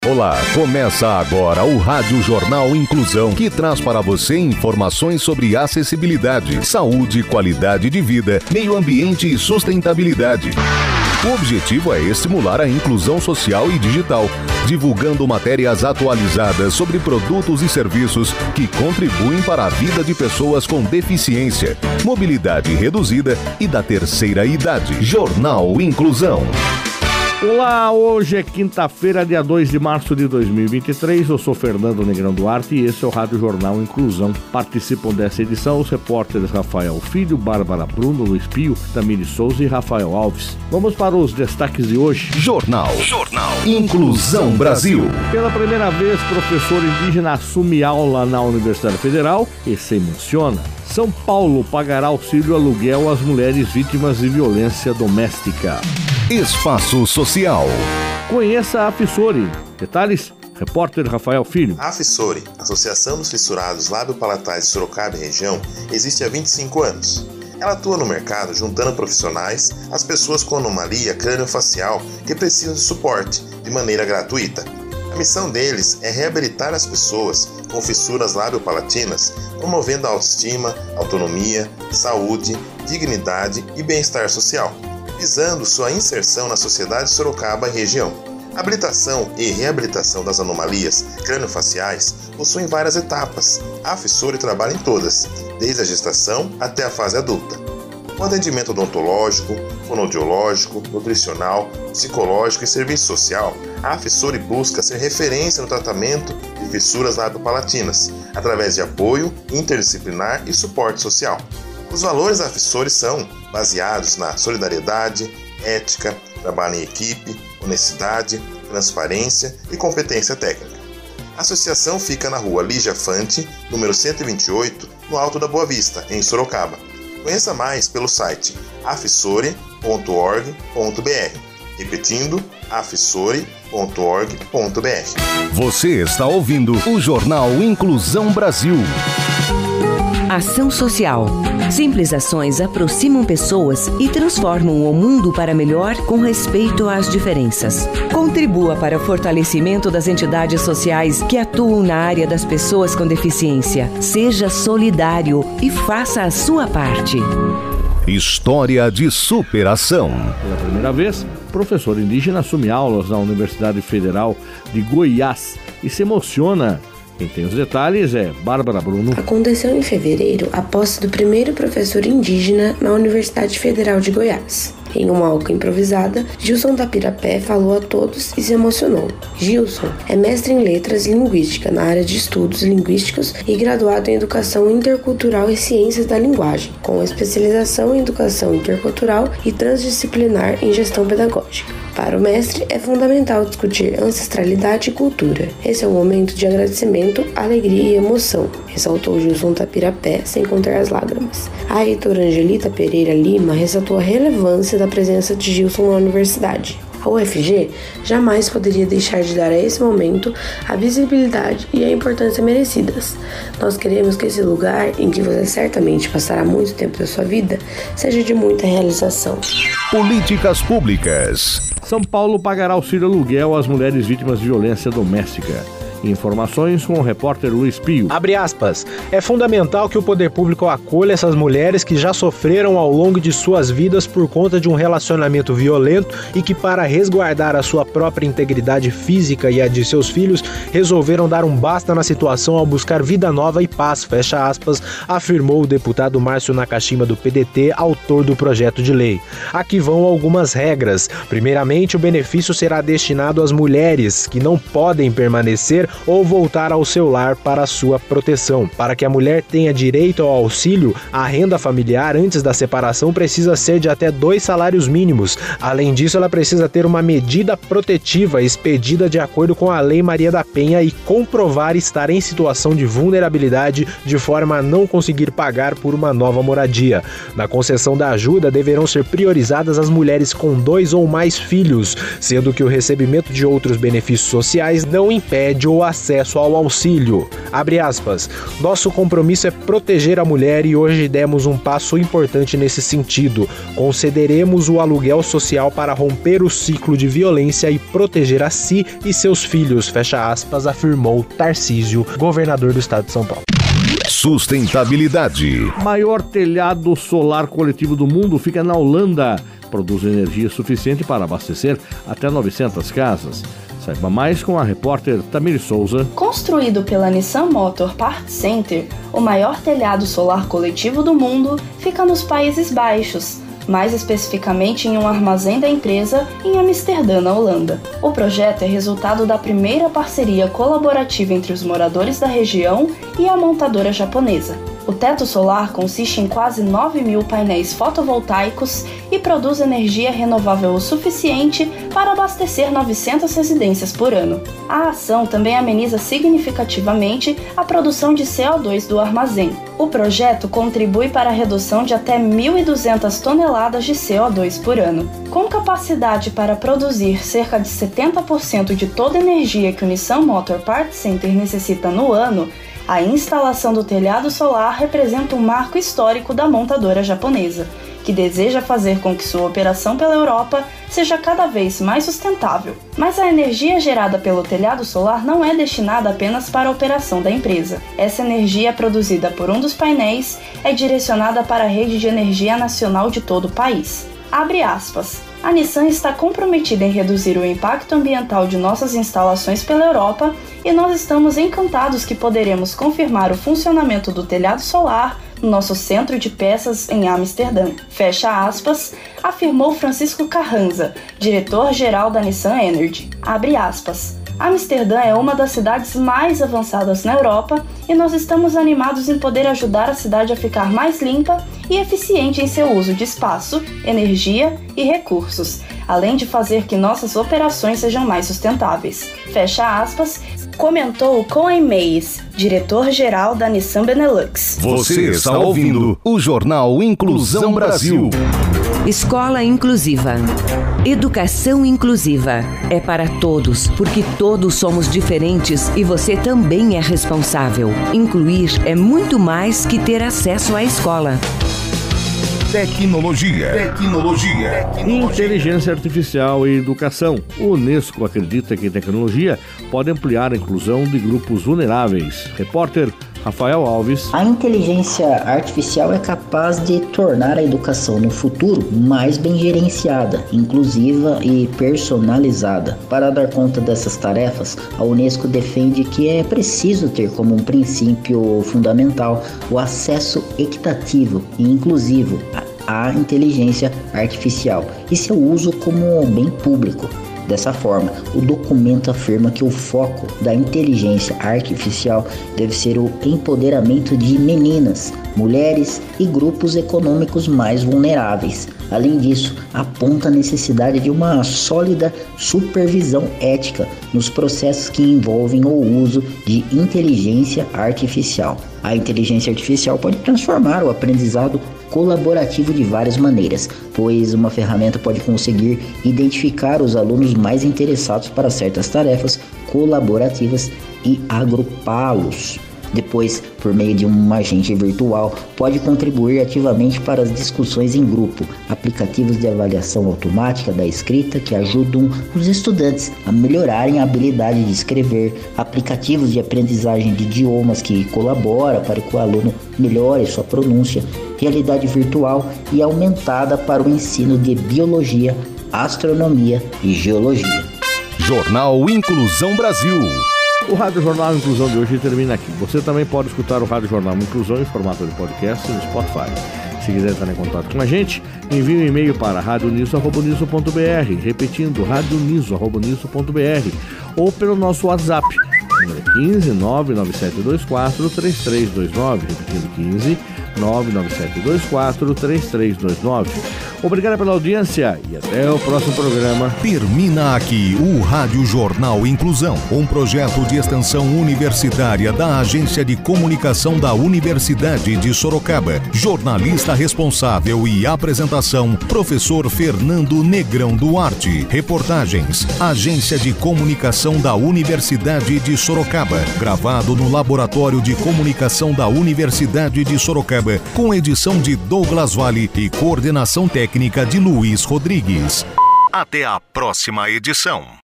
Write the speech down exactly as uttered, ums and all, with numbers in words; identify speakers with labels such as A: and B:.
A: Olá, começa agora o Rádio Jornal Inclusão, que traz para você informações sobre acessibilidade, saúde, qualidade de vida, meio ambiente e sustentabilidade. O objetivo é estimular a inclusão social e digital, divulgando matérias atualizadas sobre produtos e serviços que contribuem para a vida de pessoas com deficiência, mobilidade reduzida e da terceira idade. Jornal Inclusão.
B: Olá, hoje é quinta-feira, dia dois de março de dois mil e vinte e três. Eu sou Fernando Negrão Duarte e esse é o Rádio Jornal Inclusão. Participam dessa edição os repórteres Rafael Filho, Bárbara Bruno, Luiz Pio, Tamiri Souza e Rafael Alves. Vamos para os destaques de hoje.
A: Jornal. Jornal. Inclusão Brasil.
B: Pela primeira vez, professor indígena assume aula na Universidade Federal e se emociona. São Paulo pagará auxílio aluguel às mulheres vítimas de violência doméstica.
A: Espaço Social.
B: Conheça a Fissori. Detalhes, repórter Rafael Filho.
C: A Fissori, Associação dos Fissurados Lábio-Palatais de Sorocaba e região, existe há vinte e cinco anos. Ela atua no mercado juntando profissionais às pessoas com anomalia crâniofacial que precisam de suporte de maneira gratuita. A missão deles é reabilitar as pessoas com fissuras lábio-palatinas, promovendo a autoestima, autonomia, saúde, dignidade e bem-estar social, visando sua inserção na sociedade de Sorocaba e região. A habilitação e reabilitação das anomalias crâniofaciais possuem várias etapas. A Fissori trabalha em todas, desde a gestação até a fase adulta. Com atendimento odontológico, fonoaudiológico, nutricional, psicológico e serviço social, a Fissori busca ser referência no tratamento de fissuras lábio-palatinas, através de apoio interdisciplinar e suporte social. Os valores da Fissori são baseados na solidariedade, ética, trabalho em equipe, honestidade, transparência e competência técnica. A associação fica na rua Lígia Fante, número cento e vinte e oito, no Alto da Boa Vista, em Sorocaba. Conheça mais pelo site afissori ponto org ponto br. Repetindo, afissori ponto org ponto br.
A: Você está ouvindo o Jornal Inclusão Brasil.
D: Ação social. Simples ações aproximam pessoas e transformam o mundo para melhor com respeito às diferenças. Contribua para o fortalecimento das entidades sociais que atuam na área das pessoas com deficiência. Seja solidário e faça a sua parte.
A: História de superação.
B: Pela primeira vez, professor indígena assume aulas na Universidade Federal de Goiás e se emociona. Quem tem os detalhes é Bárbara Bruno.
E: Aconteceu em fevereiro a posse do primeiro professor indígena na Universidade Federal de Goiás. Em uma aula improvisada, Gilson Tapirapé falou a todos e se emocionou. Gilson é mestre em Letras e Linguística na área de Estudos Linguísticos e graduado em Educação Intercultural e Ciências da Linguagem, com especialização em Educação Intercultural e Transdisciplinar em Gestão Pedagógica. Para o mestre, é fundamental discutir ancestralidade e cultura. Esse é um momento de agradecimento, alegria e emoção, ressaltou Gilson Tapirapé, sem conter as lágrimas. A reitora Angelita Pereira Lima ressaltou a relevância da presença de Gilson na universidade. A U F G jamais poderia deixar de dar a esse momento a visibilidade e a importância merecidas. Nós queremos que esse lugar, em que você certamente passará muito tempo da sua vida, seja de muita realização.
A: Políticas públicas.
B: São Paulo pagará auxílio aluguel às mulheres vítimas de violência doméstica. Informações com o repórter Luiz Pio.
F: Abre aspas. É fundamental que o poder público acolha essas mulheres que já sofreram ao longo de suas vidas por conta de um relacionamento violento e que, para resguardar a sua própria integridade física e a de seus filhos, resolveram dar um basta na situação ao buscar vida nova e paz, fecha aspas, afirmou o deputado Márcio Nakashima do P D T, autor do projeto de lei. Aqui vão algumas regras. Primeiramente, o benefício será destinado às mulheres que não podem permanecer ou voltar ao seu lar para sua proteção. Para que a mulher tenha direito ao auxílio, a renda familiar antes da separação precisa ser de até dois salários mínimos. Além disso, ela precisa ter uma medida protetiva expedida de acordo com a Lei Maria da Penha e comprovar estar em situação de vulnerabilidade de forma a não conseguir pagar por uma nova moradia. Na concessão da ajuda, deverão ser priorizadas as mulheres com dois ou mais filhos, sendo que o recebimento de outros benefícios sociais não impede ou o acesso ao auxílio. Abre aspas. Nosso compromisso é proteger a mulher e hoje demos um passo importante nesse sentido. Concederemos o aluguel social para romper o ciclo de violência e proteger a si e seus filhos, fecha aspas, afirmou Tarcísio, governador do estado de São Paulo.
A: Sustentabilidade.
B: Maior telhado solar coletivo do mundo fica na Holanda. Produz energia suficiente para abastecer até novecentas casas. Saiba mais com a repórter Tamiri Souza.
G: Construído pela Nissan Motor Parts Center, o maior telhado solar coletivo do mundo fica nos Países Baixos, mais especificamente em um armazém da empresa em Amsterdã, na Holanda. O projeto é resultado da primeira parceria colaborativa entre os moradores da região e a montadora japonesa. O teto solar consiste em quase nove mil painéis fotovoltaicos e produz energia renovável o suficiente para abastecer novecentas residências por ano. A ação também ameniza significativamente a produção de C O dois do armazém. O projeto contribui para a redução de até mil e duzentas toneladas de C O dois por ano. Com capacidade para produzir cerca de setenta por cento de toda a energia que o Nissan Motor Parts Center necessita no ano, a instalação do telhado solar representa um marco histórico da montadora japonesa, que deseja fazer com que sua operação pela Europa seja cada vez mais sustentável. Mas a energia gerada pelo telhado solar não é destinada apenas para a operação da empresa. Essa energia produzida por um dos painéis é direcionada para a rede de energia nacional de todo o país. Abre aspas. A Nissan está comprometida em reduzir o impacto ambiental de nossas instalações pela Europa e nós estamos encantados que poderemos confirmar o funcionamento do telhado solar no nosso centro de peças em Amsterdã. Fecha aspas, afirmou Francisco Carranza, diretor-geral da Nissan Energy. Abre aspas. Amsterdã é uma das cidades mais avançadas na Europa e nós estamos animados em poder ajudar a cidade a ficar mais limpa e eficiente em seu uso de espaço, energia e recursos, além de fazer que nossas operações sejam mais sustentáveis. Fecha aspas, comentou Coen Mays, diretor-geral da Nissan Benelux.
A: Você está ouvindo o Jornal Inclusão Brasil.
D: Escola Inclusiva. Educação inclusiva é para todos, porque todos somos diferentes e você também é responsável. Incluir é muito mais que ter acesso à escola.
A: Tecnologia. Tecnologia.
B: Inteligência artificial e educação. O Unesco acredita que tecnologia pode ampliar a inclusão de grupos vulneráveis. Repórter Rafael Alves.
H: A inteligência artificial é capaz de tornar a educação no futuro mais bem gerenciada, inclusiva e personalizada. Para dar conta dessas tarefas, a Unesco defende que é preciso ter como um princípio fundamental o acesso equitativo e inclusivo à inteligência artificial e seu uso como bem público. Dessa forma, o documento afirma que o foco da inteligência artificial deve ser o empoderamento de meninas, mulheres e grupos econômicos mais vulneráveis. Além disso, aponta a necessidade de uma sólida supervisão ética nos processos que envolvem o uso de inteligência artificial. A inteligência artificial pode transformar o aprendizado colaborativo de várias maneiras, pois uma ferramenta pode conseguir identificar os alunos mais interessados para certas tarefas colaborativas e agrupá-los. Depois, por meio de um agente virtual, pode contribuir ativamente para as discussões em grupo, aplicativos de avaliação automática da escrita que ajudam os estudantes a melhorarem a habilidade de escrever, aplicativos de aprendizagem de idiomas que colaboram para que o aluno melhore sua pronúncia, realidade virtual e aumentada para o ensino de biologia, astronomia e geologia.
A: Jornal Inclusão Brasil.
B: O Rádio Jornal Inclusão de hoje termina aqui. Você também pode escutar o Rádio Jornal Inclusão em formato de podcast no Spotify. Se quiser entrar em contato com a gente, envie um e-mail para radioniso arroba niso ponto b r, repetindo radioniso arroba niso ponto b r, ou pelo nosso WhatsApp, número quinze, nove nove sete dois quatro, três três dois nove, repetindo quinze, nove nove sete dois quatro, três três dois nove. Obrigado pela audiência e até o próximo programa.
A: Termina aqui o Rádio Jornal Inclusão, um projeto de extensão universitária da Agência de Comunicação da Universidade de Sorocaba. Jornalista responsável e apresentação, professor Fernando Negrão Duarte. Reportagens, Agência de Comunicação da Universidade de Sorocaba. Gravado no Laboratório de Comunicação da Universidade de Sorocaba, com edição de Douglas Vale e coordenação técnica de Luiz Rodrigues. Até a próxima edição.